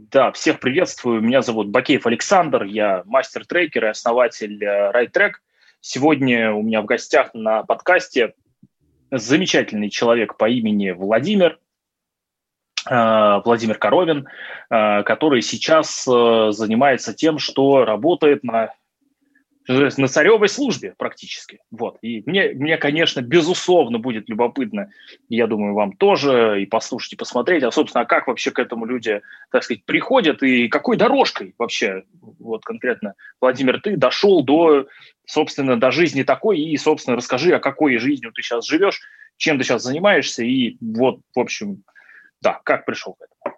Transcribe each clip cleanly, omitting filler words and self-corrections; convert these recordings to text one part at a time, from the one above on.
Да, всех приветствую. Меня зовут Бакеев Александр, я мастер-трекер и основатель RideTrack. Сегодня у меня в гостях на подкасте замечательный человек по имени Владимир Коровин, который сейчас занимается тем, что работает на царевой службе практически. Вот. И мне, конечно, безусловно, будет любопытно, я думаю, вам тоже, и послушать, и посмотреть, собственно, как вообще к этому люди, так сказать, приходят, и какой дорожкой вообще, вот конкретно, Владимир, ты дошел собственно, до жизни такой, и, собственно, расскажи, о какой жизнью ты сейчас живешь, чем ты сейчас занимаешься, и вот, в общем, да, как пришел к этому.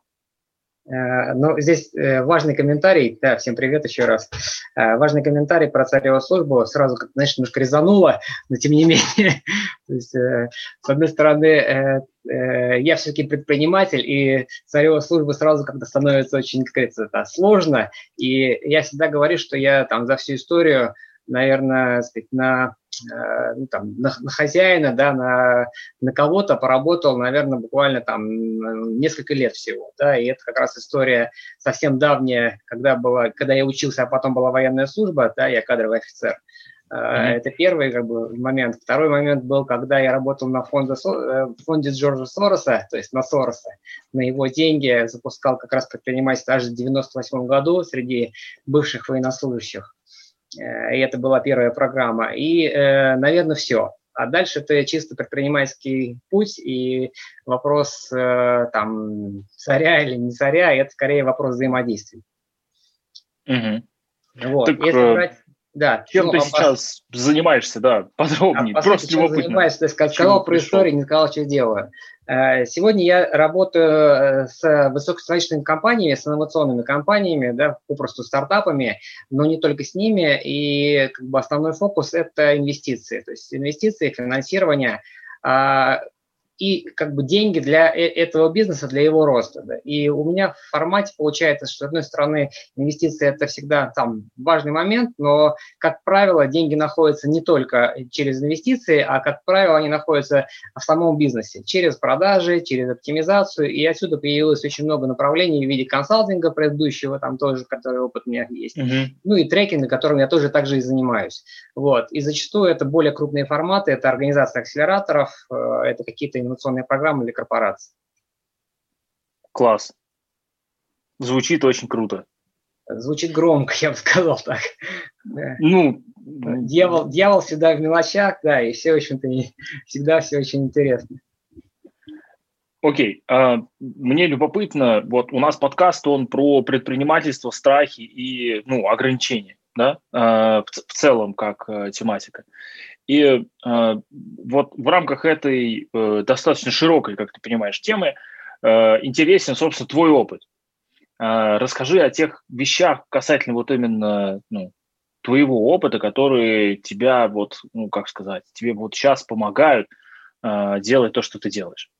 Ну, здесь важный комментарий, да, всем привет еще раз. Важный комментарий про цареву службу, сразу, как, знаешь, немножко резануло, но тем не менее. То есть, с одной стороны, я все-таки предприниматель, и царева служба сразу как-то становится очень, как говорится, сложно, и я всегда говорю, что я там за всю историю, наверное, сказать, на хозяина, да, на кого-то поработал, наверное, буквально там несколько лет всего, да, и это как раз история совсем давняя, когда я учился, а потом была военная служба, да, я кадровый офицер. Это первый момент. Второй момент был, когда я работал на фонде Джорджа Сороса, то есть на Сороса, на его деньги запускал как раз предпринимательство аж в 1998 году среди бывших военнослужащих. И это была первая программа. И, наверное, все. А дальше это чисто предпринимательский путь, и вопрос там царя или не царя, это скорее вопрос взаимодействия. Угу. Вот. Так, если брать... Да, чем ты сейчас занимаешься, да, подробнее? Просто чем занимаюсь, ты сказал про историю, не сказал, что делаю. Сегодня я работаю с высокотехнологичными компаниями, с инновационными компаниями, да, попросту стартапами, но не только с ними. И основной фокус – это инвестиции. То есть инвестиции, финансирование и деньги для этого бизнеса, для его роста. Да. И у меня в формате получается, что, с одной стороны, инвестиции – это всегда там важный момент, но, как правило, деньги находятся не только через инвестиции, а, как правило, они находятся в самом бизнесе, через продажи, через оптимизацию. И отсюда появилось очень много направлений в виде консалтинга предыдущего, там тоже, который опыт у меня есть, ну и трекинга, которым я тоже так же и занимаюсь. Вот. И зачастую это более крупные форматы, это организация акселераторов, это какие-то инновационные программы или корпорации. Класс. Звучит очень круто. Звучит громко, я бы сказал так. Ну, дьявол всегда в мелочах, да, и все, в общем-то, всегда все очень интересно. Окей. Мне любопытно, вот у нас подкаст, он про предпринимательство, страхи и, ограничения, да, в целом как тематика. И вот в рамках этой достаточно широкой, как ты понимаешь, темы интересен, собственно, твой опыт. Расскажи о тех вещах касательно вот именно твоего опыта, которые тебя тебе вот сейчас помогают делать то, что ты делаешь.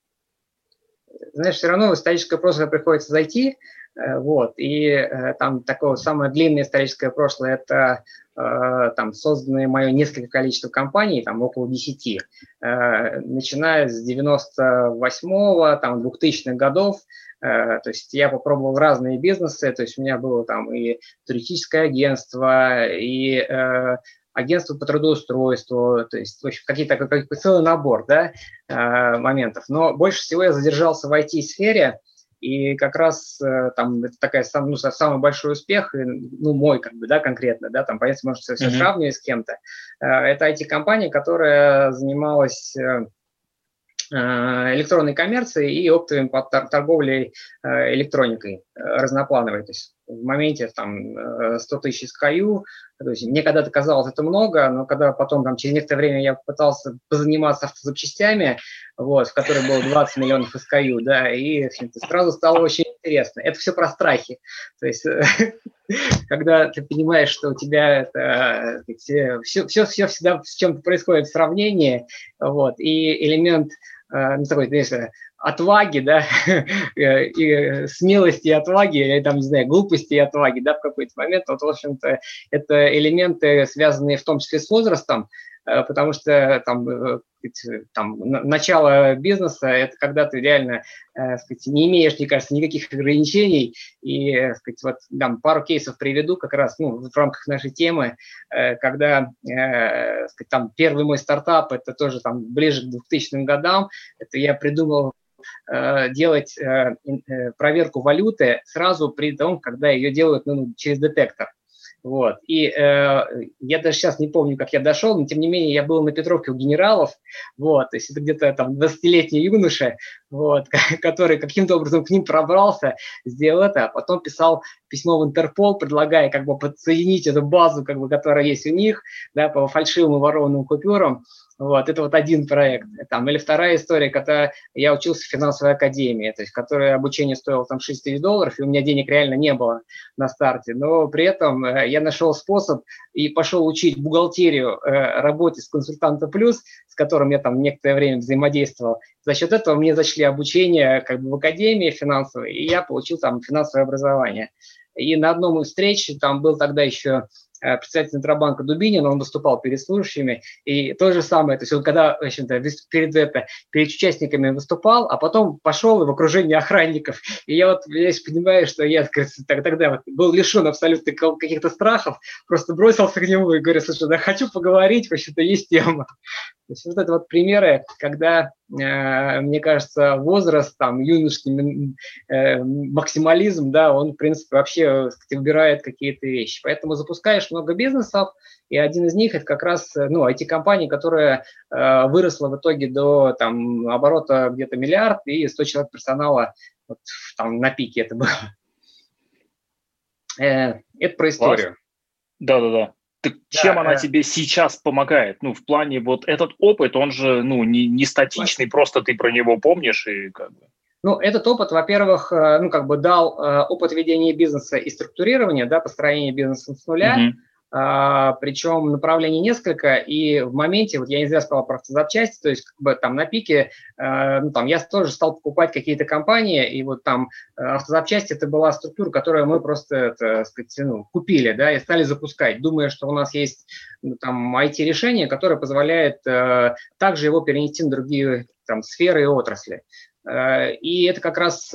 Знаешь, все равно в историческое прошлое приходится зайти, вот, и там такое самое длинное историческое прошлое – это там созданное мое несколько количество компаний, там около 10, начиная с 98-го, там 2000-х годов. То есть я попробовал разные бизнесы, то есть у меня было там и туристическое агентство, и агентство по трудоустройству, то есть в общем, какой-то целый набор, да, моментов. Но больше всего я задержался в IT-сфере, и как раз там это такая самый большой успех, мой конкретно, да, там, понятно, может, все сравнивать с кем-то. Это IT-компания, которая занималась электронной коммерцией и оптовой торговлей электроникой разноплановой. То есть в моменте там 100 тысяч SKU, то есть мне когда-то казалось это много, но когда потом там через некоторое время я пытался позаниматься автозапчастями, вот, в которой было 20 миллионов SKU, да, и сразу стало очень интересно. Это все про страхи. То есть когда ты понимаешь, что у тебя это, все всегда с чем-то происходит в сравнении, вот, и элемент такой, знаешь, отваги, да, и смелости и отваги, или там, не знаю, глупости и отваги, да, в какой-то момент, вот, в общем-то, это элементы, связанные в том числе с возрастом, потому что там начало бизнеса – это когда ты реально не имеешь, мне кажется, никаких ограничений. И вот там пару кейсов приведу как раз в рамках нашей темы, когда там первый мой стартап, это тоже там ближе к 2000 годам, это я придумал делать проверку валюты сразу при том, когда ее делают через детектор. Вот. И я даже сейчас не помню, как я дошел, но тем не менее я был на Петровке у генералов, вот, то есть это где-то там 20-летний юноша, вот, который каким-то образом к ним пробрался, сделал это, а потом писал письмо в Интерпол, предлагая как бы подсоединить эту базу, как бы, которая есть у них, да, по фальшивым и ворованным купюрам. Вот, это вот один проект. Там, или вторая история, когда я учился в финансовой академии, то есть, которая обучение стоило там $6000, и у меня денег реально не было на старте. Но при этом я нашел способ и пошел учить бухгалтерию работе с консультантом плюс, с которым я там некоторое время взаимодействовал. За счет этого мне зачли обучение как бы в академии финансовой, и я получил там финансовое образование. И на одном из встреч, там был тогда еще председатель Центробанка Дубинин, он выступал перед слушателями, и то же самое, то есть он когда, в общем-то, перед участниками выступал, а потом пошел в окружении охранников, и я понимаю, что я тогда был лишен абсолютно каких-то страхов, просто бросился к нему и говорю: слушай, да хочу поговорить, в общем-то, есть тема. То есть вот это вот примеры, когда, мне кажется, возраст, там, юношеский максимализм, да, он, в принципе, вообще выбирает какие-то вещи. Поэтому запускаешь много бизнесов, и один из них – это как раз, IT-компания, которая выросла в итоге до, там, оборота где-то миллиард и 100 человек персонала, вот, там, на пике это было. Это про историю. Да-да-да. Так чем она тебе сейчас помогает? В плане вот этот опыт, он же, не статичный, просто ты про него помнишь и как бы… Этот опыт, во-первых, дал опыт ведения бизнеса и структурирования, да, построения бизнеса с нуля. Причем направлений несколько, и в моменте, вот я не зря сказал про автозапчасти, то есть как бы там на пике, я тоже стал покупать какие-то компании, и вот там автозапчасти это была структура, которую мы просто, купили, да, и стали запускать, думая, что у нас есть там IT-решение, которое позволяет также его перенести на другие там сферы и отрасли. И это как раз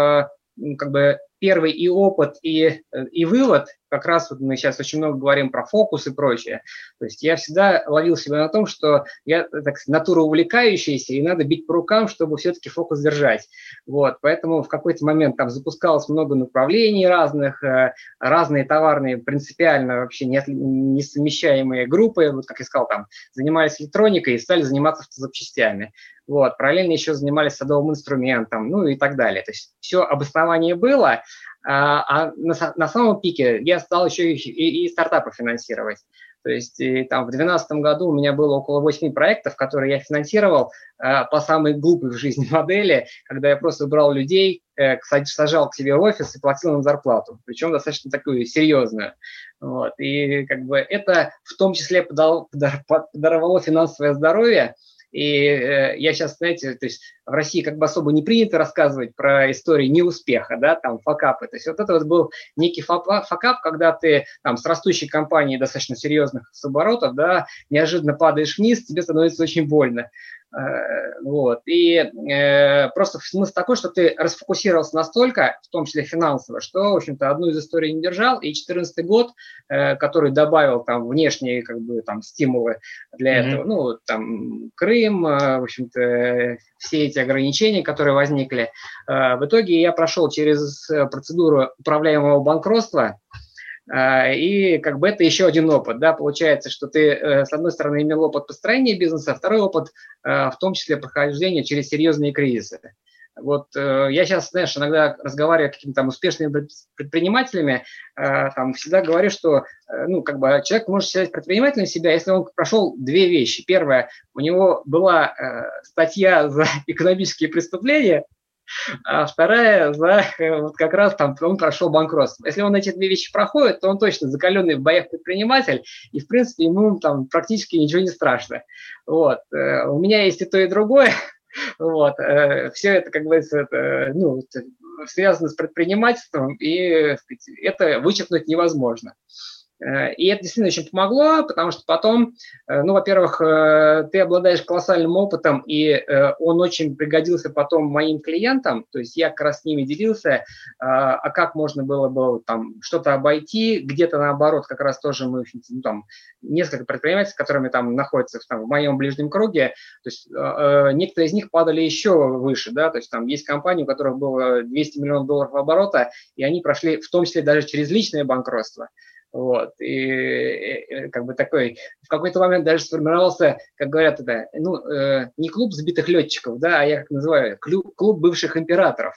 первый и опыт, и вывод, как раз вот мы сейчас очень много говорим про фокус и прочее. То есть я всегда ловил себя на том, что я, так сказать, натура увлекающаяся, и надо бить по рукам, чтобы все-таки фокус держать. Вот, поэтому в какой-то момент там запускалось много направлений разных, разные товарные, принципиально вообще несовмещаемые группы, вот как я сказал, там занимались электроникой и стали заниматься автозапчастями. Вот, параллельно еще занимались садовым инструментом, и так далее. То есть все обоснование было, а на самом пике я стал еще и стартапы финансировать. То есть там в 2012 году у меня было около 8 проектов, которые я финансировал по самой глупой в жизни модели, когда я просто брал людей, сажал к себе в офис и платил им зарплату, причем достаточно такую серьезную. Вот. И как бы это в том числе подорвало финансовое здоровье. И я сейчас, знаете, то есть в России как бы особо не принято рассказывать про истории неуспеха, да, там, факапы. То есть вот это вот был некий факап, когда ты там с растущей компанией достаточно серьезных оборотов, да, неожиданно падаешь вниз, тебе становится очень больно. Вот. И просто смысл такой, что ты расфокусировался настолько, в том числе финансово, что, в общем-то, одну из историй не держал. И 2014 год, который добавил там внешние как бы там стимулы для этого, там Крым, в общем-то, все эти ограничения, которые возникли. В итоге я прошел через процедуру управляемого банкротства. И как бы это еще один опыт, да, получается, что ты, с одной стороны, имел опыт построения бизнеса, а второй опыт, в том числе, прохождения через серьезные кризисы. Вот я сейчас, знаешь, иногда разговариваю с какими-то там успешными предпринимателями, там всегда говорю, что, человек может считать предпринимателем себя, если он прошел две вещи. Первое, у него была статья за экономические преступления, а вторая вот как раз там он прошел банкротство. Если он эти две вещи проходит, то он точно закаленный в боях предприниматель, и, в принципе, ему там практически ничего не страшно. Вот. У меня есть и то, и другое. Вот. Все это, как говорится, связано с предпринимательством, и это вычеркнуть невозможно. И это действительно очень помогло, потому что потом, ну, во-первых, ты обладаешь колоссальным опытом, и он очень пригодился потом моим клиентам, то есть я как раз с ними делился, а как можно было бы там что-то обойти, где-то наоборот, как раз тоже мы, ну, там, несколько предпринимателей, с которыми там находятся там, в моем ближнем круге, то есть некоторые из них падали еще выше, да, то есть там есть компании, у которых было 200 миллионов долларов оборота, и они прошли в том числе даже через личное банкротство. Вот, и как бы такой, в какой-то момент даже сформировался, как говорят, это, ну, не клуб сбитых летчиков, да, а я как называю, клуб бывших императоров.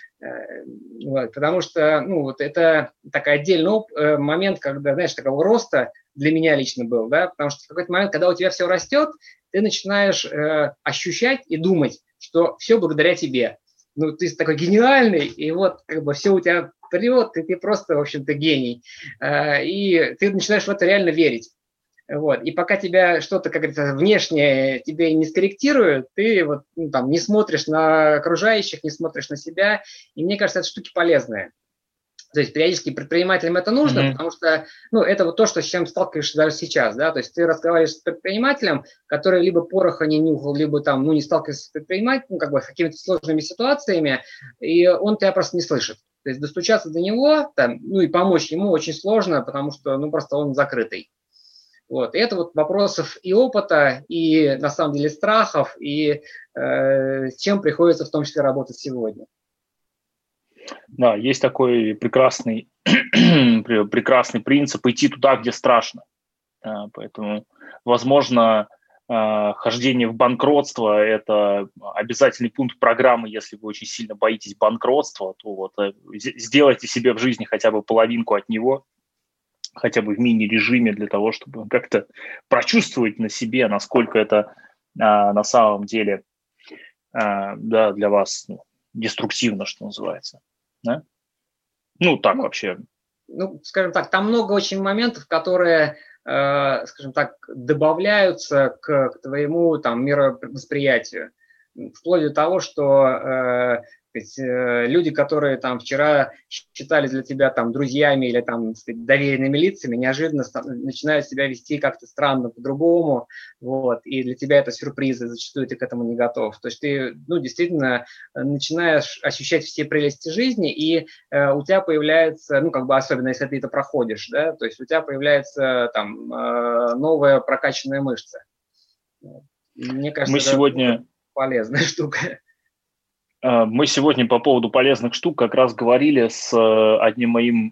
Вот, потому что, ну, вот это такой отдельный момент, когда, знаешь, такого роста для меня лично был, да, потому что в какой-то момент, когда у тебя все растет, ты начинаешь ощущать и думать, что все благодаря тебе. Ну, ты такой гениальный, и вот как бы все у тебя прет, и ты просто, в общем-то, гений. И ты начинаешь в это реально верить. Вот. И пока тебя что-то, как говорится, внешнее тебе не скорректирует, ты вот, ну, там, не смотришь на окружающих, не смотришь на себя. И мне кажется, это штуки полезные. То есть периодически предпринимателям это нужно, потому что, ну, это вот то, что, с чем сталкиваешься даже сейчас, да, то есть ты разговариваешь с предпринимателем, который либо пороха не нюхал, либо там, ну, не сталкивается с предпринимателем, ну, как бы с какими-то сложными ситуациями, и он тебя просто не слышит. То есть достучаться до него, там, ну, и помочь ему очень сложно, потому что, ну, просто он закрытый. Вот. И это вот вопросов и опыта, и, на самом деле, страхов, и с чем приходится в том числе работать сегодня. Да, есть такой прекрасный, прекрасный принцип идти туда, где страшно. Поэтому, возможно, хождение в банкротство – это обязательный пункт программы. Если вы очень сильно боитесь банкротства, то вот сделайте себе в жизни хотя бы половинку от него, хотя бы в мини-режиме, для того, чтобы как-то прочувствовать на себе, насколько это на самом деле да, для вас деструктивно, что называется. Да? Ну, так вообще. Ну, скажем так, там много очень моментов, которые, скажем так, добавляются к твоему там мировосприятию. Вплоть до того, что люди, которые там вчера считали для тебя там друзьями или там доверенными лицами, неожиданно начинают себя вести как-то странно по-другому, вот, и для тебя это сюрпризы, зачастую ты к этому не готов. То есть ты, ну, действительно начинаешь ощущать все прелести жизни, и у тебя появляется, ну, как бы особенно если ты это проходишь, да, то есть у тебя появляется там новая прокачанная мышца. Мне кажется, мы сегодня полезная штука. Мы сегодня по поводу полезных штук как раз говорили с одним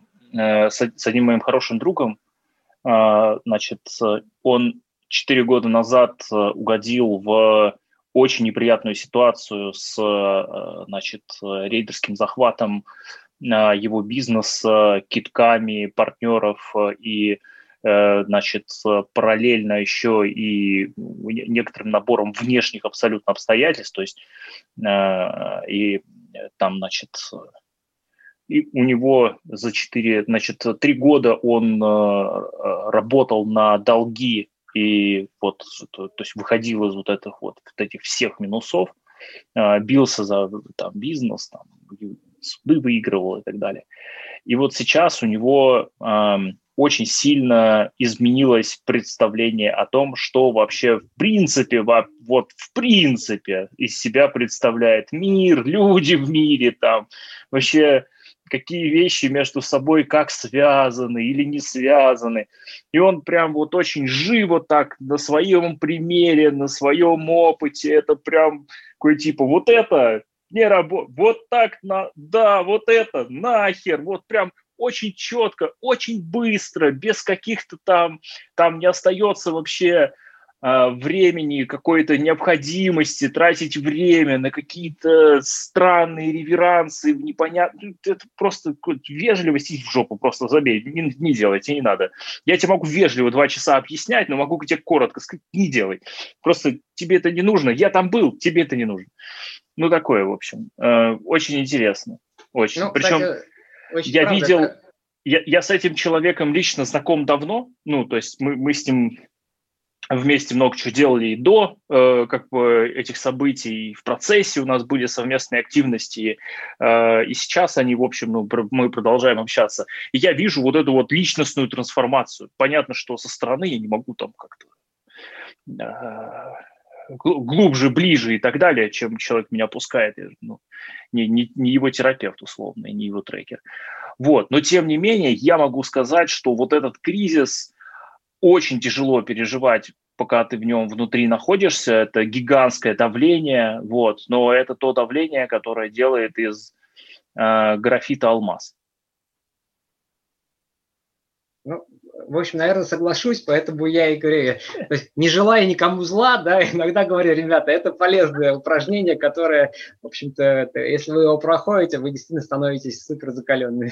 моим хорошим другом. Значит, он 4 года назад угодил в очень неприятную ситуацию с, значит, рейдерским захватом его бизнеса, кидками партнеров и, значит, параллельно еще и некоторым набором внешних абсолютно обстоятельств, то есть и там, значит, и у него за 3 года он работал на долги и вот, то есть выходил из вот этих всех минусов, бился за там бизнес, там, суды выигрывал и так далее. И вот сейчас у него очень сильно изменилось представление о том, что вообще в принципе из себя представляет мир, люди в мире, там вообще какие вещи между собой как связаны или не связаны. И он прям вот очень живо так на своем примере, на своем опыте, это прям такой типа вот это не работает, вот так, да, вот это нахер, вот прям очень четко, очень быстро, без каких-то там не остается вообще времени, какой-то необходимости тратить время на какие-то странные реверансы, непонятно. Это просто вежливость и в жопу просто забей, не делайте, не надо. Я тебе могу вежливо 2 часа объяснять, но могу тебе коротко сказать, не делай. Просто тебе это не нужно, я там был, тебе это не нужно. Ну, такое, в общем. Очень интересно. Очень. Ну, причем кстати, очень я правда, видел, я с этим человеком лично знаком давно. Ну, то есть мы с ним вместе много чего делали и до как бы этих событий, и в процессе у нас были совместные активности, и сейчас они, в общем, ну, мы продолжаем общаться. И я вижу вот эту вот личностную трансформацию. Понятно, что со стороны я не могу там как-то глубже, ближе и так далее, чем человек меня пускает. Ну, не его терапевт, условно, не его трекер. Вот. Но, тем не менее, я могу сказать, что вот этот кризис очень тяжело переживать, пока ты в нем внутри находишься. Это гигантское давление, вот. Но это то давление, которое делает из графита алмаз. Ну, в общем, наверное, соглашусь, поэтому я и говорю, то есть, не желая никому зла, да, иногда говорю, ребята, это полезное упражнение, которое, в общем-то, если вы его проходите, вы действительно становитесь супер закаленными.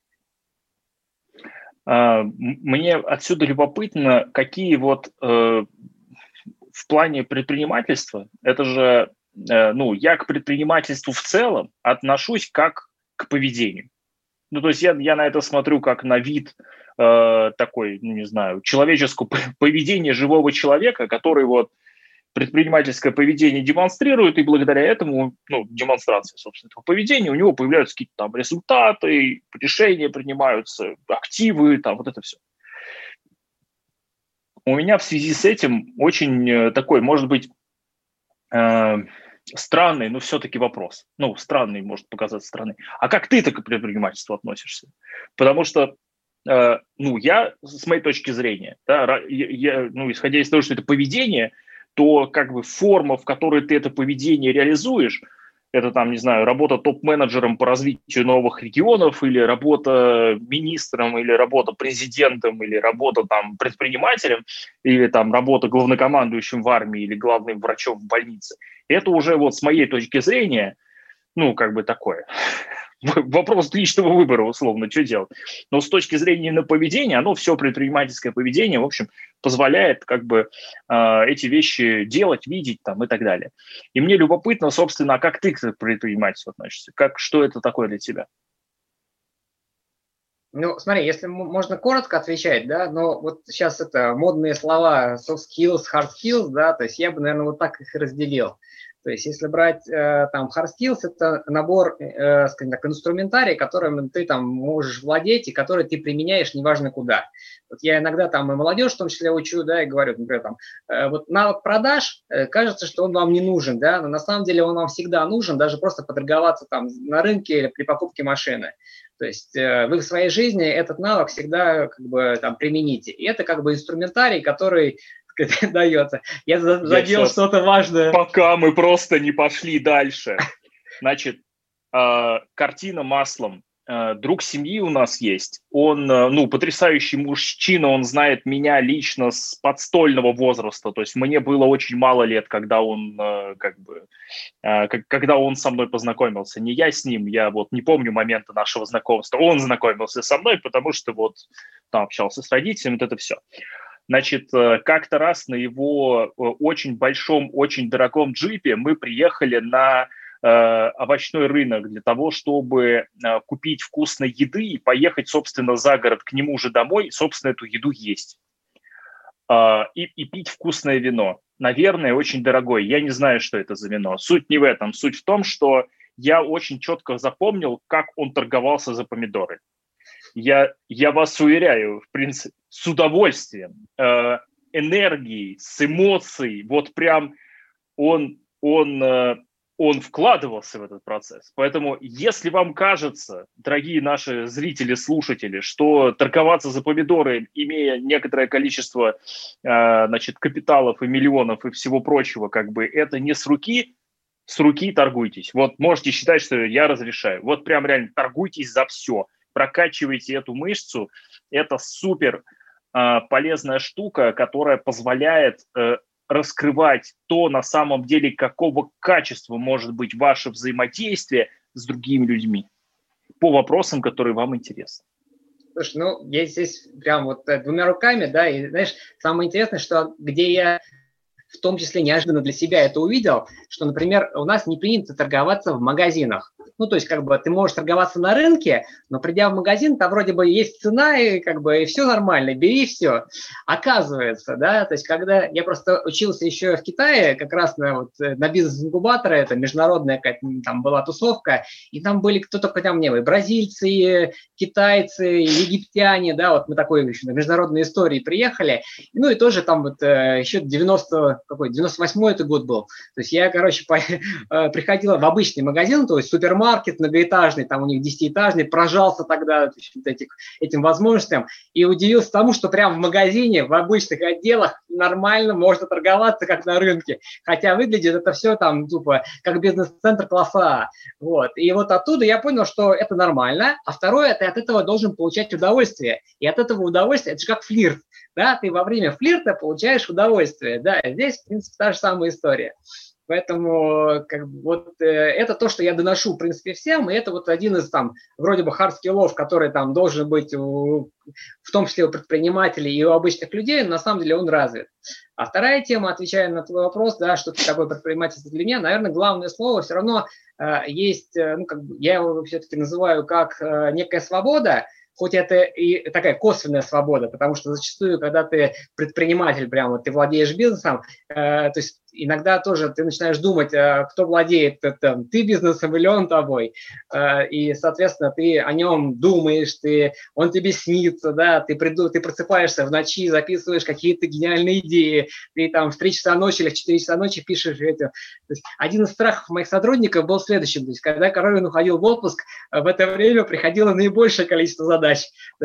Мне отсюда любопытно, какие вот в плане предпринимательства, это же, ну, я к предпринимательству в целом отношусь как к поведению. Ну, то есть я на это смотрю как на вид такой, ну, не знаю, человеческого поведения живого человека, который вот предпринимательское поведение демонстрирует, и благодаря этому, ну, демонстрации, собственно, этого поведения, у него появляются какие-то там результаты, решения принимаются, активы, там вот это все. У меня в связи с этим очень такой, может быть, странный, но все-таки вопрос. Ну, странный может показаться странный. А как ты-то к предпринимательству относишься? Потому что, ну, я, с моей точки зрения, да, ну, исходя из того, что это поведение, то как бы форма, в которой ты это поведение реализуешь, это там, не знаю, работа топ-менеджером по развитию новых регионов, или работа министром, или работа президентом, или работа там предпринимателем, или там работа главнокомандующим в армии, или главным врачом в больнице. Это уже вот с моей точки зрения, ну, как бы такое. Вопрос личного выбора, условно, что делать. Но с точки зрения на поведение, оно все предпринимательское поведение, в общем, позволяет как бы эти вещи делать, видеть там и так далее. И мне любопытно, собственно, как ты к предпринимательству относишься? Что это такое для тебя? Ну, смотри, если можно коротко отвечать, да, но вот сейчас это модные слова soft skills, hard skills, да, то есть я бы, наверное, вот так их и разделил. То есть если брать там hard skills, это набор, скажем так, инструментарий, которым ты там можешь владеть и который ты применяешь неважно куда. Вот я иногда там и молодежь в том числе учу, да, и говорю, например, там, вот навык продаж, кажется, что он вам не нужен, да, но на самом деле он вам всегда нужен, даже просто поторговаться там на рынке или при покупке машины. То есть вы в своей жизни этот навык всегда как бы там примените. И это как бы инструментарий, который дается. Я задел что-то важное. Пока мы просто не пошли дальше. Значит, картина маслом. Друг семьи у нас есть. Он, ну, потрясающий мужчина, он знает меня лично с подстольного возраста. То есть мне было очень мало лет, когда он, когда он со мной познакомился. Не я с ним, я вот не помню момента нашего знакомства. Он знакомился со мной, потому что вот там общался с родителями, вот это все. Значит, как-то раз на его очень большом, очень дорогом джипе мы приехали на овощной рынок для того, чтобы купить вкусной еды и поехать, собственно, за город к нему же домой, и, собственно, эту еду есть. И пить вкусное вино. Наверное, очень дорогое. Я не знаю, что это за вино. Суть не в этом. Суть в том, что я очень четко запомнил, как он торговался за помидоры. Я вас уверяю, в принципе, с удовольствием, энергией, с эмоцией, вот прям он вкладывался в этот процесс. Поэтому, если вам кажется, дорогие наши зрители, слушатели, что торговаться за помидоры, имея некоторое количество, значит, капиталов и миллионов и всего прочего, как бы это не с руки торгуйтесь. Вот можете считать, что я разрешаю. Вот прям реально торгуйтесь за все. Прокачивайте эту мышцу. Это супер полезная штука, которая позволяет раскрывать то, на самом деле, какого качества может быть ваше взаимодействие с другими людьми по вопросам, которые вам интересны. Слушай, ну, я здесь прям вот двумя руками, да, и, знаешь, самое интересное, что где я в том числе неожиданно для себя это увидел, что, например, у нас не принято торговаться в магазинах. Ну, то есть, как бы, ты можешь торговаться на рынке, но придя в магазин, там вроде бы есть цена, и как бы, и все нормально, бери все. Оказывается, да, то есть, когда я просто учился еще в Китае, как раз на бизнес-инкубаторе, это международная какая-то там была тусовка, и там были кто только там не было, бразильцы, китайцы, египтяне, да, вот мы такой еще на международной истории приехали, ну, и тоже там вот еще 98-й это год был, то есть, я, короче, приходила в обычный магазин, то есть, супермаркет, многоэтажный, там у них 10-этажный, прожался тогда этим возможностям и удивился тому, что прямо в магазине, в обычных отделах нормально можно торговаться, как на рынке, хотя выглядит это все там тупо как бизнес-центр класса А. Вот. И вот оттуда я понял, что это нормально, а второе, ты от этого должен получать удовольствие, и от этого удовольствия, это же как флирт, да, ты во время флирта получаешь удовольствие, да, здесь, в принципе, та же самая история. Поэтому это то, что я доношу, в принципе, всем, и это вот один из там вроде бы hard-скиллов, который там должен быть в том числе у предпринимателей и у обычных людей, но на самом деле он развит. А вторая тема, отвечая на твой вопрос, да, что такое предпринимательство для меня, наверное, главное слово все равно есть, я его все-таки называю как некая свобода, хоть это и такая косвенная свобода, потому что зачастую, когда ты предприниматель, прямо ты владеешь бизнесом, то есть иногда тоже ты начинаешь думать, кто владеет, ты бизнесом или он тобой, и, соответственно, ты о нем думаешь, он тебе снится, да, ты просыпаешься в ночи, записываешь какие-то гениальные идеи, ты там в 3 часа ночи или в 4 часа ночи пишешь это. То есть один из страхов моих сотрудников был следующим, то есть когда Коровин уходил в отпуск, в это время приходило наибольшее количество задач.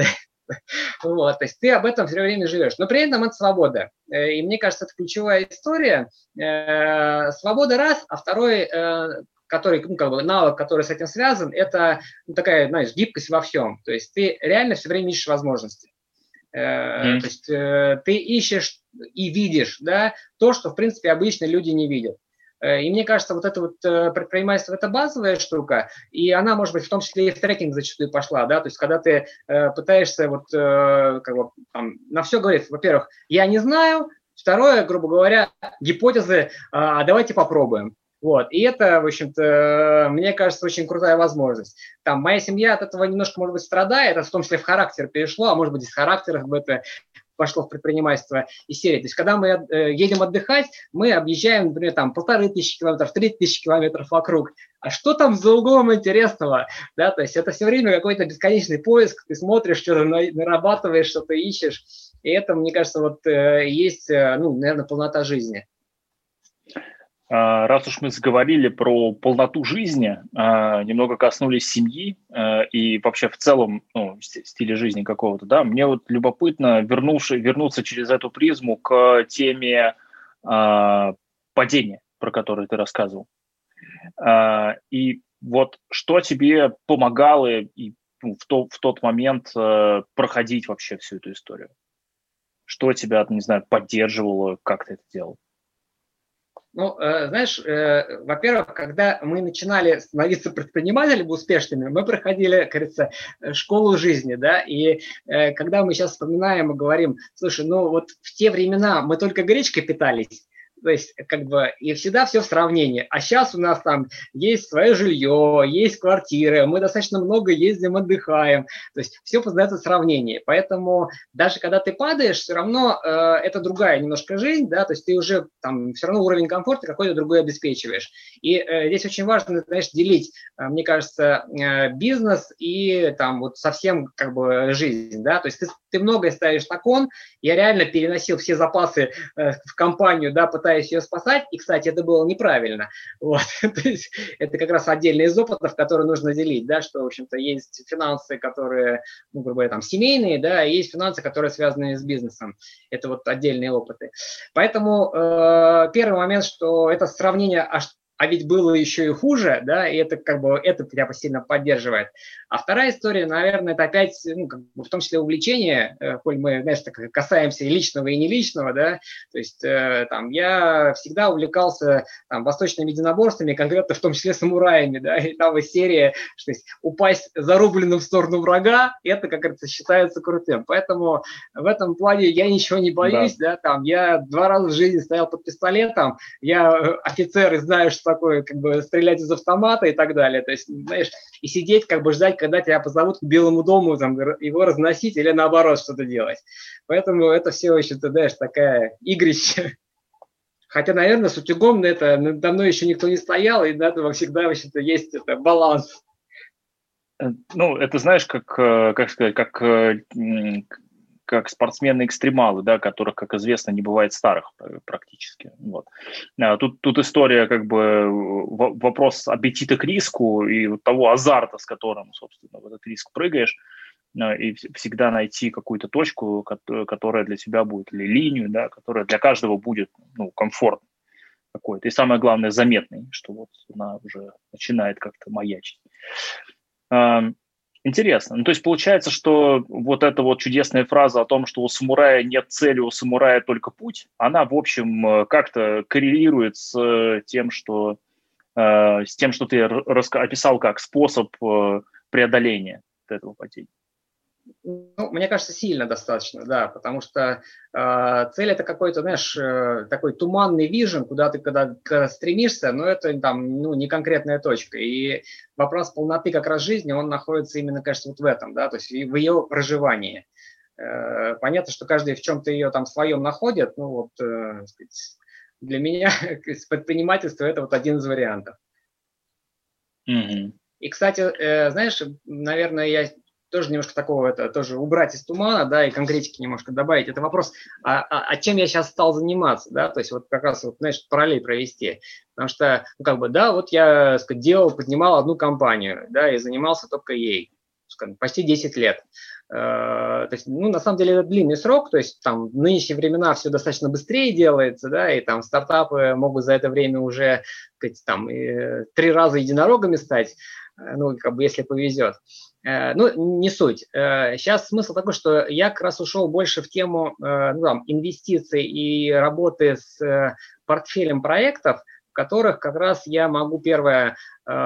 Вот, то есть ты об этом все время живешь, но при этом это свобода. И мне кажется, это ключевая история. Свобода раз, а второй, навык, который с этим связан, это такая, знаешь, гибкость во всем. То есть ты реально все время ищешь возможности. То есть ты ищешь и видишь, да, то, что, в принципе, обычно люди не видят. И мне кажется, вот это вот предпринимательство – это базовая штука, и она, может быть, в том числе и в трекинг зачастую пошла, да, то есть когда ты пытаешься на все говорить, во-первых, я не знаю, второе, грубо говоря, гипотезы, а давайте попробуем. Вот. И это, в общем-то, мне кажется, очень крутая возможность. Там моя семья от этого немножко, может быть, страдает, это в том числе в характер перешло, а может быть, из характера это пошло в предпринимательство из серии. То есть, когда мы едем отдыхать, мы объезжаем, например, там 1500 километров, 3000 километров вокруг. А что там за углом интересного? Да, то есть, это все время какой-то бесконечный поиск, ты смотришь, что-то нарабатываешь, что-то ищешь. И это, мне кажется, есть, наверное, полнота жизни. Раз уж мы заговорили про полноту жизни, немного коснулись семьи и вообще в целом стиля жизни какого-то, да, мне вот любопытно вернуться через эту призму к теме падения, про которую ты рассказывал. И вот что тебе помогало в тот момент проходить вообще всю эту историю? Что тебя, не знаю, поддерживало, как ты это делал? Знаешь, во-первых, когда мы начинали становиться предпринимателями успешными, мы проходили, как говорится, школу жизни, да, и когда мы сейчас вспоминаем и говорим, слушай, вот в те времена мы только гречкой питались, то есть, и всегда все в сравнении. А сейчас у нас там есть свое жилье, есть квартиры, мы достаточно много ездим, отдыхаем. То есть, все познается в сравнении. Поэтому даже когда ты падаешь, все равно это другая немножко жизнь, да, то есть ты уже там все равно уровень комфорта какой-то другой обеспечиваешь. И здесь очень важно, знаешь, делить, мне кажется, бизнес и там совсем жизнь, да, то есть ты многое ставишь на кон. Я реально переносил все запасы в компанию, да, пытаясь ее спасать, и, кстати, это было неправильно. Вот. То есть это как раз отдельный из опытов, которые нужно делить, да, что, в общем-то, есть финансы, которые, грубо говоря, там, семейные, да, и есть финансы, которые связаны с бизнесом. Это отдельные опыты. Поэтому первый момент, что это сравнение, а ведь было еще и хуже, да, и это это тебя сильно поддерживает. А вторая история, наверное, это опять, в том числе увлечение, коль мы, знаешь, так касаемся и личного, и неличного, да, то есть я всегда увлекался восточными единоборствами, конкретно в том числе самураями, да, и там из серии, что есть упасть зарубленным в сторону врага, это, как говорится, считается крутым. Поэтому в этом плане я ничего не боюсь, да, я 2 раза в жизни стоял под пистолетом, я офицер и знаю, что что такое, как бы, стрелять из автомата и так далее. То есть, знаешь, и сидеть, как бы ждать, когда тебя позовут к Белому дому, там, его разносить или наоборот что-то делать. Поэтому это все очень, ты знаешь, такая игрище. Хотя, наверное, с утюгом на это давно еще никто не стоял, и до этого всегда, вообще-то, есть это баланс. Ну, это, знаешь, как сказать, как спортсмены-экстремалы, да, которых, как известно, не бывает старых практически. Вот. Тут история, как бы, вопрос аппетита к риску и того азарта, с которым, собственно, в этот риск прыгаешь, и всегда найти какую-то точку, которая для тебя будет, или линию, да, которая для каждого будет, ну, комфортной какой-то. И самое главное, заметной, что вот она уже начинает как-то маячить. Интересно. Ну, то есть получается, что вот эта вот чудесная фраза о том, что у самурая нет цели, у самурая только путь, она, в общем, как-то коррелирует с тем, что ты описал как способ преодоления этого падения. Ну, мне кажется, сильно достаточно, да, потому что цель это какой-то, знаешь, такой туманный вижен, куда ты когда стремишься, но это там, ну, не конкретная точка. И вопрос полноты как раз жизни, он находится именно, кажется, вот в этом, да, то есть в ее проживании. Понятно, что каждый в чем-то ее там своем находит, ну вот, сказать, для меня предпринимательство это вот один из вариантов. Mm-hmm. И, кстати, знаешь, наверное, я тоже немножко такого, это тоже убрать из тумана, да, и конкретики немножко добавить. Это вопрос, чем я сейчас стал заниматься, да, то есть вот как раз, вот, знаешь, параллель провести. Потому что, ну, как бы, да, вот я, сказать, поднимал одну компанию, да, и занимался только ей, скажем, почти 10 лет. То есть, ну, на самом деле, это длинный срок, то есть там в нынешние времена все достаточно быстрее делается, да, и там стартапы могут за это время уже, сказать, там, 3 раза единорогами стать, ну, как бы, если повезет. Ну, не суть. Сейчас смысл такой, что я как раз ушел больше в тему, ну, там, инвестиций и работы с портфелем проектов, в которых как раз я могу, первое,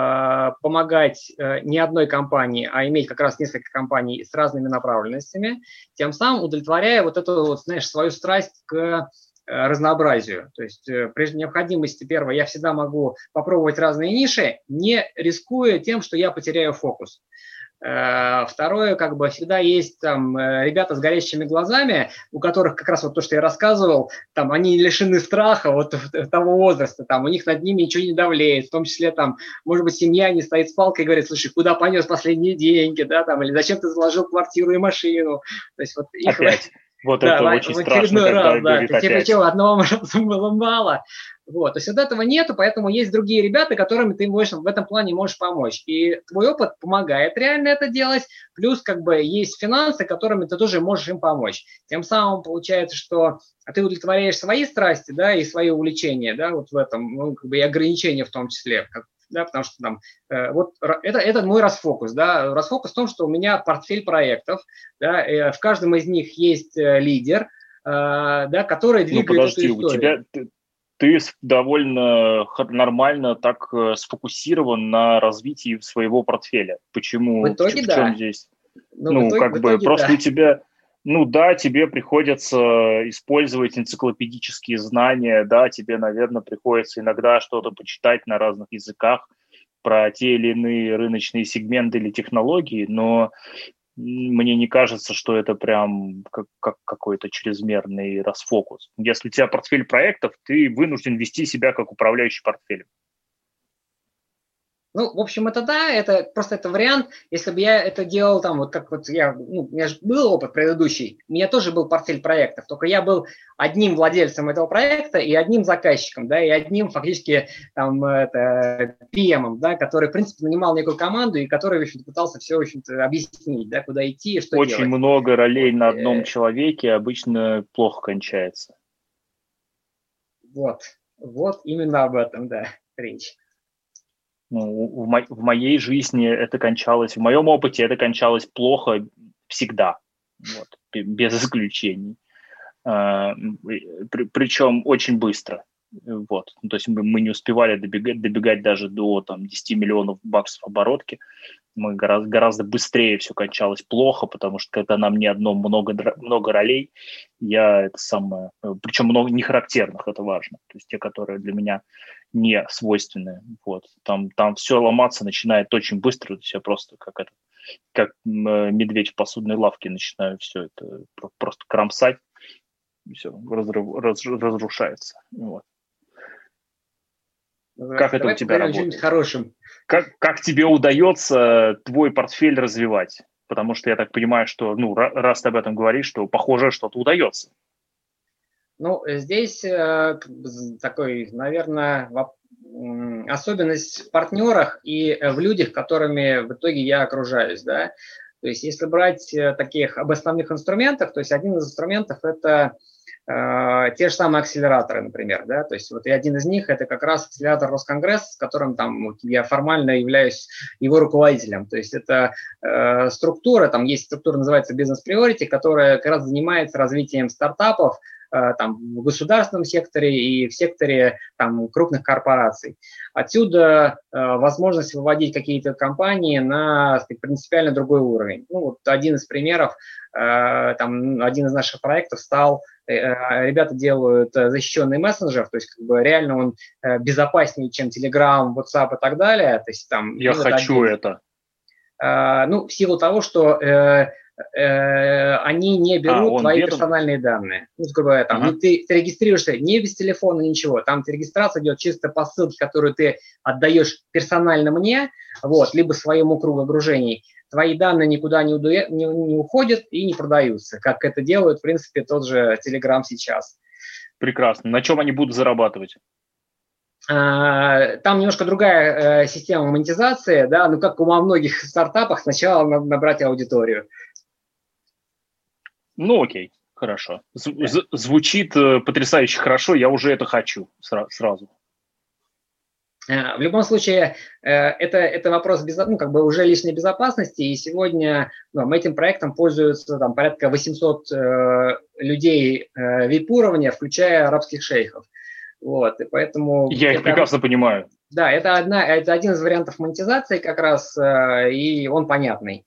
помогать не одной компании, а иметь как раз несколько компаний с разными направленностями, тем самым удовлетворяя вот эту, вот, знаешь, свою страсть к разнообразию. То есть при необходимости, первое, я всегда могу попробовать разные ниши, не рискуя тем, что я потеряю фокус. Второе, как бы всегда есть там ребята с горящими глазами, у которых как раз вот то, что я рассказывал, там они лишены страха вот того возраста, там у них над ними ничего не давлеет, в том числе там, может быть, семья не стоит с палкой и говорит, слушай, куда понес последние деньги, да, там, или зачем ты заложил квартиру и машину, то есть вот их... Опять. Вот да, это очень в очередной очередной раз, да, говорит опять. Причем одного раза было мало. Вот, то есть вот этого нету, поэтому есть другие ребята, которыми ты можешь, в этом плане можешь помочь. И твой опыт помогает реально это делать, плюс как бы есть финансы, которыми ты тоже можешь им помочь. Тем самым получается, что ты удовлетворяешь свои страсти, да, и свои увлечения, да, вот в этом, ну, как бы и ограничения в том числе, да, потому что там, вот это мой расфокус, да, расфокус в том, что у меня портфель проектов, да, в каждом из них есть лидер, да, который двигает эту историю. Ты довольно нормально так сфокусирован на развитии своего портфеля. Почему? В итоге, в да. чем здесь? Ну, как бы просто да. У тебя, ну да, тебе приходится использовать энциклопедические знания, да, тебе, наверное, приходится иногда что-то почитать на разных языках про те или иные рыночные сегменты или технологии, но мне не кажется, что это прям как какой-то чрезмерный расфокус. Если у тебя портфель проектов, ты вынужден вести себя как управляющий портфелем. Ну, в общем, это да, это просто это вариант. Если бы я это делал там, вот как вот я, ну, у меня же был опыт предыдущий, у меня тоже был портфель проектов, только я был одним владельцем этого проекта и одним заказчиком, да, и одним фактически там PM, да, который, в принципе, нанимал некую команду и который, в общем-то, пытался все, в общем-то, объяснить, да, куда идти и что делать. Очень много ролей вот, на одном человеке обычно плохо кончается. Вот именно об этом, да, речь. Ну, в моей жизни это кончалось, в моем опыте это кончалось плохо всегда, вот, без исключений. Причем очень быстро. Вот. То есть мы не успевали добегать даже до там, 10 миллионов баксов оборотки. Мы гораздо быстрее все кончалось плохо, потому что когда нам не одно много ролей, я это самое, причем много нехарактерных, это важно, то есть те, которые для меня не свойственны, вот, там все ломаться начинает очень быстро, то есть я просто как медведь в посудной лавке начинаю все это просто кромсать, все разрушается, вот. Как это у тебя работает? Хорошим. Как тебе удается твой портфель развивать? Потому что я так понимаю, что, раз ты об этом говоришь, что похоже, что-то удается. Ну, здесь такой, наверное, особенность в партнерах и в людях, которыми в итоге я окружаюсь, да. То есть если брать таких об основных инструментах, то есть один из инструментов – это те же самые акселераторы, например, да, то есть вот и один из них – это как раз акселератор Росконгресс, с которым там я формально являюсь его руководителем, то есть это структура, там есть структура, называется Business Priority, которая как раз занимается развитием стартапов, там, в государственном секторе и в секторе там, крупных корпораций. Отсюда возможность выводить какие-то компании на, сказать, принципиально другой уровень. Ну, вот один из примеров, там, один из наших проектов стал, ребята делают защищенный мессенджер, то есть как бы реально он безопаснее, чем Telegram, WhatsApp и так далее. То есть, там, я хочу это. Ну, в силу того, что они не берут твои персональные данные. Ну, грубо говоря, там, ты регистрируешься не без телефона, ничего. Там регистрация идет чисто по ссылке, которую ты отдаешь персонально мне, вот, либо своему кругу огружений. Твои данные никуда не уходят и не продаются, как это делают, в принципе, тот же Telegram сейчас. Прекрасно. На чем они будут зарабатывать? Там немножко другая система монетизации, да, ну, как во многих стартапах, сначала надо набрать аудиторию. Ну, окей, хорошо. Звучит потрясающе хорошо, я уже это хочу сразу. В любом случае, это вопрос как бы уже личной безопасности, и сегодня этим проектом пользуются там, порядка 800 людей VIP-уровня, включая арабских шейхов. Вот, и поэтому... Я их прекрасно понимаю. Да, это один из вариантов монетизации как раз, и он понятный.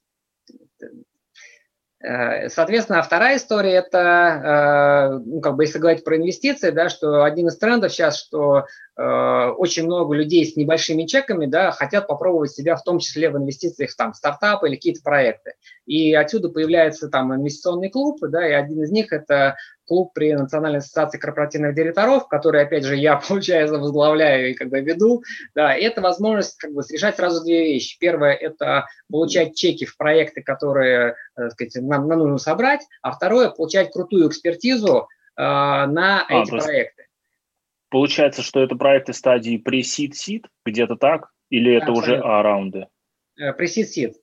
Соответственно, вторая история – это, как бы если говорить про инвестиции, да, что один из трендов сейчас, что очень много людей с небольшими чеками, да, хотят попробовать себя, в том числе в инвестициях там, в стартапы или какие-то проекты. И отсюда появляется там инвестиционный клуб, да, и один из них – это клуб при Национальной ассоциации корпоративных директоров, который, опять же, я, получается, возглавляю и как бы веду. Да, и это возможность как бы решать сразу две вещи. Первое – это получать чеки в проекты, которые, так сказать, нам нужно собрать, а второе – получать крутую экспертизу на эти проекты. Получается, что это проекты стадии pre-seed, где-то так? Или это уже А-раунды? Pre-seed.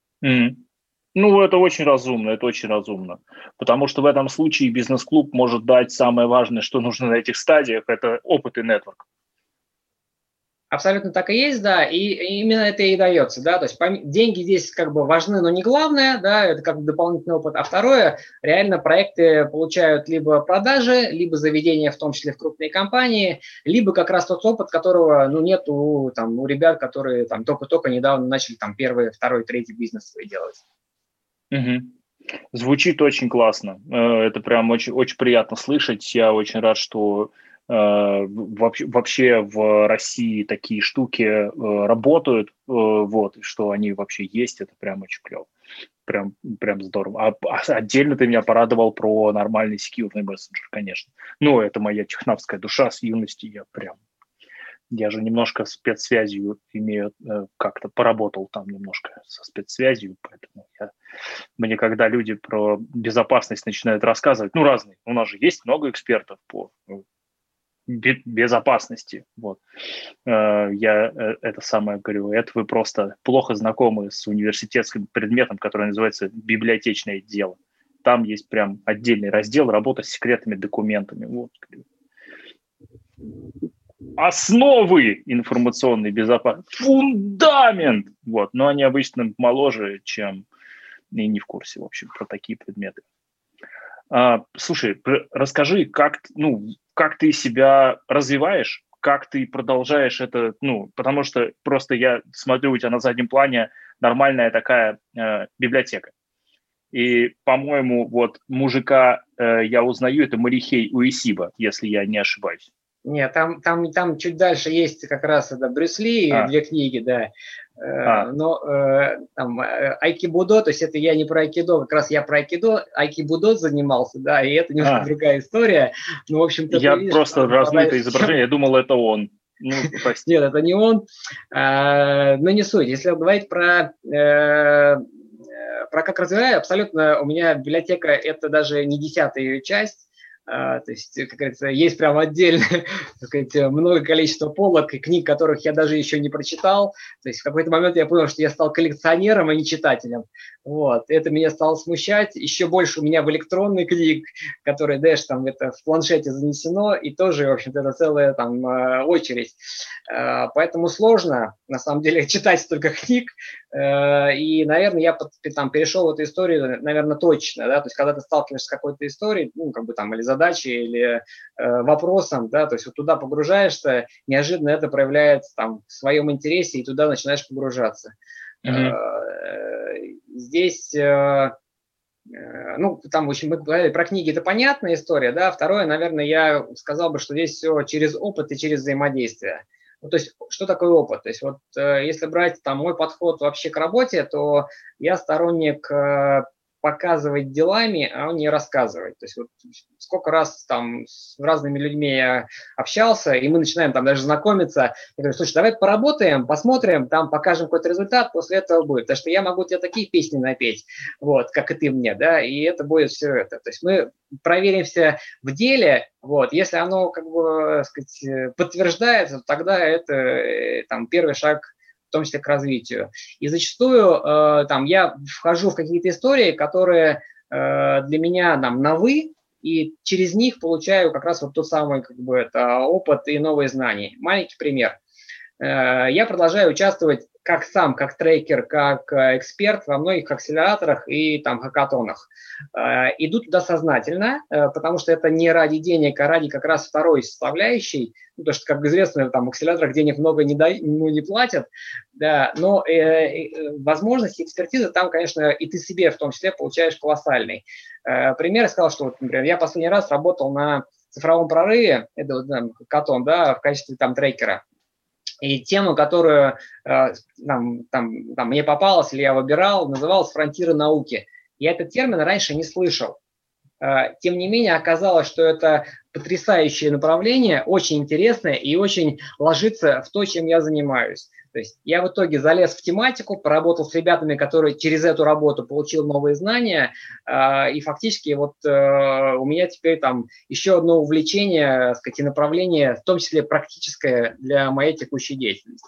Ну, это очень разумно, потому что в этом случае бизнес-клуб может дать самое важное, что нужно на этих стадиях, это опыт и нетворк. Абсолютно так и есть, да, и именно это и дается, да, то есть деньги здесь как бы важны, но не главное, да, это как бы дополнительный опыт, а второе, реально проекты получают либо продажи, либо заведения, в том числе в крупные компании, либо как раз тот опыт, которого, нет у ребят, которые там только-только недавно начали там первый, второй, третий бизнес свой делать. Угу. Звучит очень классно, это прям очень, очень приятно слышать, я очень рад, что вообще в России такие штуки работают, вот, и что они вообще есть, это прям очень клево, прям здорово. А отдельно ты меня порадовал про нормальный секьюрный мессенджер, конечно. Ну, это моя технавская душа с юности, я же немножко спецсвязью имею, как-то поработал там немножко со спецсвязью, поэтому мне когда люди про безопасность начинают рассказывать, разные, у нас же есть много экспертов по безопасности. Вот. Я это самое говорю. Это вы просто плохо знакомы с университетским предметом, который называется библиотечное дело. Там есть прям отдельный раздел работа с секретными документами. Вот. Основы информационной безопасности. Фундамент! Вот. Но они обычно моложе, чем и не в курсе, в общем, про такие предметы. Слушай, расскажи, как ты себя развиваешь, как ты продолжаешь это, потому что просто я смотрю у тебя на заднем плане нормальная такая библиотека. И, по-моему, вот мужика я узнаю, это Морихей Уэсиба, если я не ошибаюсь. Нет, там чуть дальше есть как раз это Брюс Ли, две книги, да. Но там айкибудо, то есть это я не про айкидо, как раз я про айкибудо занимался, да, и это немножко другая история. Ну, в общем-то, я просто размытое изображение, я думал, это он. Ну, прости. Нет, это не он. Но не суть. Если говорить про как развиваю, абсолютно у меня библиотека – это даже не 10-я ее часть. То есть, как говорится, есть прям отдельно много количества полок и книг, которых я даже еще не прочитал. То есть в какой-то момент я понял, что я стал коллекционером, а не читателем. Вот. Это меня стало смущать. Еще больше у меня в электронной книг, которые, знаешь, там это в планшете занесено, и тоже, в общем-то, это целая там очередь. Поэтому сложно, на самом деле, читать столько книг. И, наверное, я там перешел в эту историю, наверное, точно, да, то есть когда ты сталкиваешься с какой-то историей, ну, как бы там, или задачей, или вопросом, да, то есть вот туда погружаешься, неожиданно это проявляется там в своем интересе, и туда начинаешь погружаться. Здесь, ну, там, в общем, мы говорили про книги, это понятная история, да, второе, наверное, я сказал бы, что здесь все через опыт и через взаимодействие. Ну, то есть, что такое опыт? То есть, вот если брать там мой подход вообще к работе, то я сторонник показывать делами, а не рассказывать. То есть, вот сколько раз там с разными людьми я общался, и мы начинаем там даже знакомиться. Я говорю, слушай, давай поработаем, посмотрим, там покажем какой-то результат, после этого будет. Потому что я могу тебе такие песни напеть, вот, как и ты мне, да, и это будет все это. То есть мы проверимся в деле, вот, если оно, как бы, так сказать, подтверждается, тогда это там первый шаг, в том числе к развитию. И зачастую там я вхожу в какие-то истории, которые для меня там на «вы», и через них получаю как раз вот тот самый как бы это опыт и новые знания. Маленький пример. Я продолжаю участвовать как сам, как трекер, как эксперт во многих акселераторах и там хакатонах. Иду туда сознательно, потому что это не ради денег, а ради как раз второй составляющей, потому что, как известно, там в акселераторах денег много не платят, да, но возможности экспертизы там, конечно, и ты себе в том числе получаешь колоссальный. Пример я сказал, что, вот, например, я последний раз работал на цифровом прорыве, это вот, хакатон, да, в качестве там трекера. И тема, которую мне попалась или я выбирал, называлась «Фронтиры науки». Я этот термин раньше не слышал. Тем не менее, оказалось, что это потрясающее направление, очень интересное и очень ложится в то, чем я занимаюсь. То есть я в итоге залез в тематику, поработал с ребятами, которые через эту работу получил новые знания, и фактически вот у меня теперь там еще одно увлечение, так сказать, и направление, в том числе практическое для моей текущей деятельности.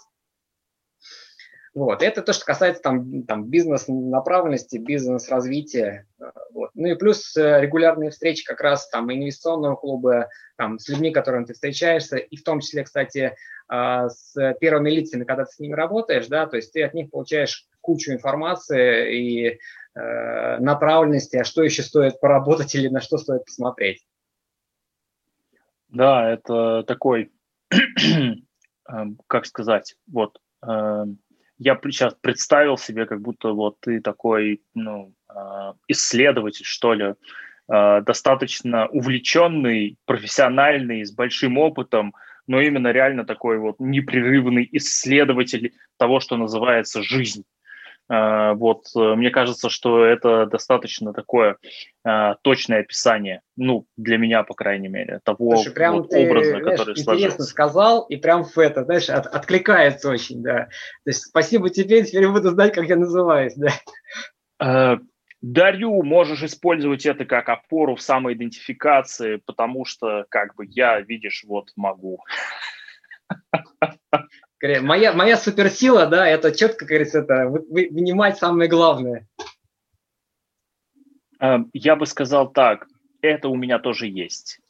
Вот. Это то, что касается там бизнес-направленности, бизнес-развития. Вот. Ну и плюс регулярные встречи как раз там инвестиционного клуба, там, с людьми, с которыми ты встречаешься, и в том числе, кстати, с первыми лицами, когда ты с ними работаешь, да, то есть ты от них получаешь кучу информации и направленности, а что еще стоит поработать или на что стоит посмотреть. Да, это такой, как сказать, вот, я сейчас представил себе, как будто вот ты такой, ну, исследователь, что ли, достаточно увлеченный, профессиональный, с большим опытом, но именно реально такой вот непрерывный исследователь того, что называется жизнь. Вот, мне кажется, что это достаточно такое точное описание, ну, для меня, по крайней мере, того. Слушай, прям вот ты, образа, знаешь, который интересно сложился. сказал, и прям в это, знаешь, откликается очень, да. То есть спасибо тебе, теперь буду знать, как я называюсь, да. Дарю, можешь использовать это как опору в самоидентификации, потому что, как бы, я, видишь, вот могу. Моя суперсила, да, это четко, как говорится, это вынимать самое главное. Я бы сказал так, это у меня тоже есть.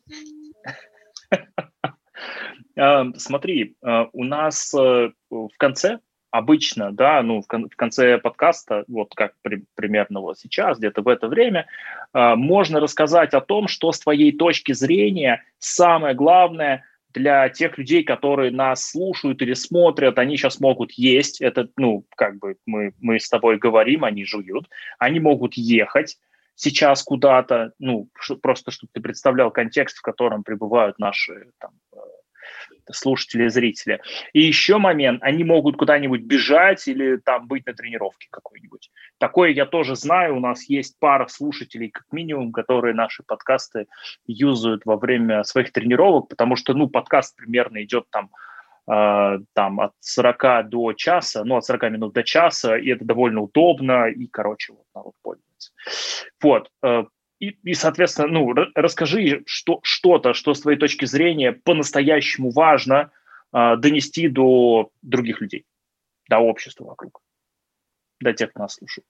Смотри, у нас в конце обычно, да, ну, в конце подкаста, вот как примерно вот сейчас, где-то в это время, можно рассказать о том, что с твоей точки зрения самое главное для тех людей, которые нас слушают или смотрят, они сейчас могут есть. Это, ну, как бы мы с тобой говорим, они жуют. Они могут ехать сейчас куда-то, ну, просто чтобы ты представлял контекст, в котором пребывают наши там, слушатели и зрители. И еще момент, они могут куда-нибудь бежать или там быть на тренировке какой-нибудь. Такое я тоже знаю, у нас есть пара слушателей, как минимум, которые наши подкасты юзают во время своих тренировок, потому что, ну, подкаст примерно идет там от 40 до часа, ну, от 40 минут до часа, и это довольно удобно, и, короче, вот народ пользуется. Вот. И, соответственно, ну, расскажи что-то, что с твоей точки зрения по-настоящему важно донести до других людей, до общества вокруг, до тех, кто нас слушает.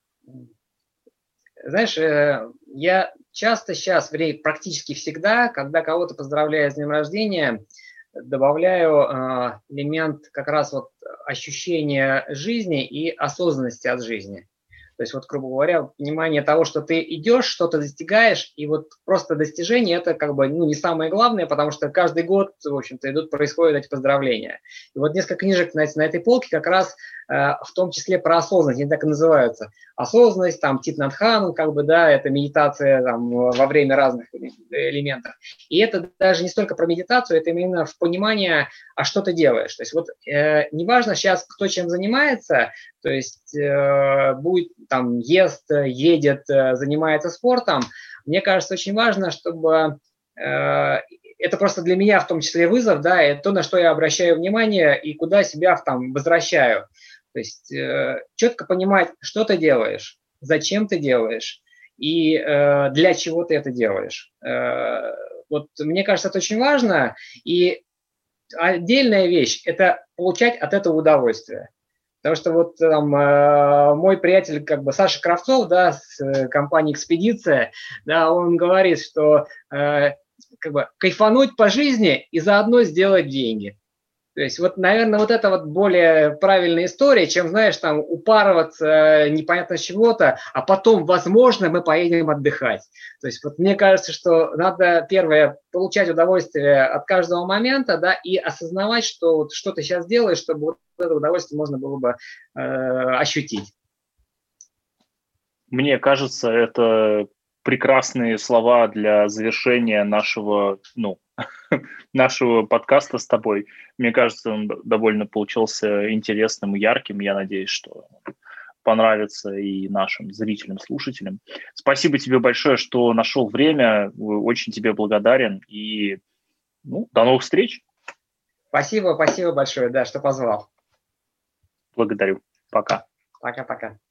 Знаешь, я часто сейчас, практически всегда, когда кого-то поздравляю с днем рождения, добавляю элемент как раз вот ощущения жизни и осознанности от жизни. То есть, вот, грубо говоря, понимание того, что ты идешь, что-то достигаешь, и вот просто достижение – это как бы не самое главное, потому что каждый год, в общем-то, происходят эти поздравления. И вот несколько книжек, знаете, на этой полке как раз в том числе про осознанность, они так и называются. Осознанность, там, Тит Нат Хань, как бы, да, это медитация там, во время разных элементов. И это даже не столько про медитацию, это именно в понимании, а что ты делаешь. То есть вот неважно сейчас, кто чем занимается, то есть будет там ест, едет, занимается спортом. Мне кажется, очень важно, чтобы это просто для меня в том числе вызов, да, это то, на что я обращаю внимание и куда себя там возвращаю. То есть четко понимать, что ты делаешь, зачем ты делаешь и для чего ты это делаешь. Вот мне кажется, это очень важно. И отдельная вещь – это получать от этого удовольствие. Потому что вот там мой приятель, как бы Саша Кравцов, да, с компании «Экспедиция», да, он говорит, что как бы кайфануть по жизни и заодно сделать деньги. То есть вот, наверное, вот это вот более правильная история, чем, знаешь, там упарываться непонятно с чего-то, а потом, возможно, мы поедем отдыхать. То есть вот мне кажется, что надо, первое, получать удовольствие от каждого момента, да, и осознавать, что вот что ты сейчас делаешь, чтобы вот это удовольствие можно было бы ощутить. Мне кажется, это прекрасные слова для завершения нашего, ну, нашего подкаста с тобой. Мне кажется, он довольно получился интересным и ярким. Я надеюсь, что понравится и нашим зрителям, слушателям. Спасибо тебе большое, что нашел время. Очень тебе благодарен. И до новых встреч. Спасибо большое, да, что позвал. Благодарю. Пока. Пока-пока.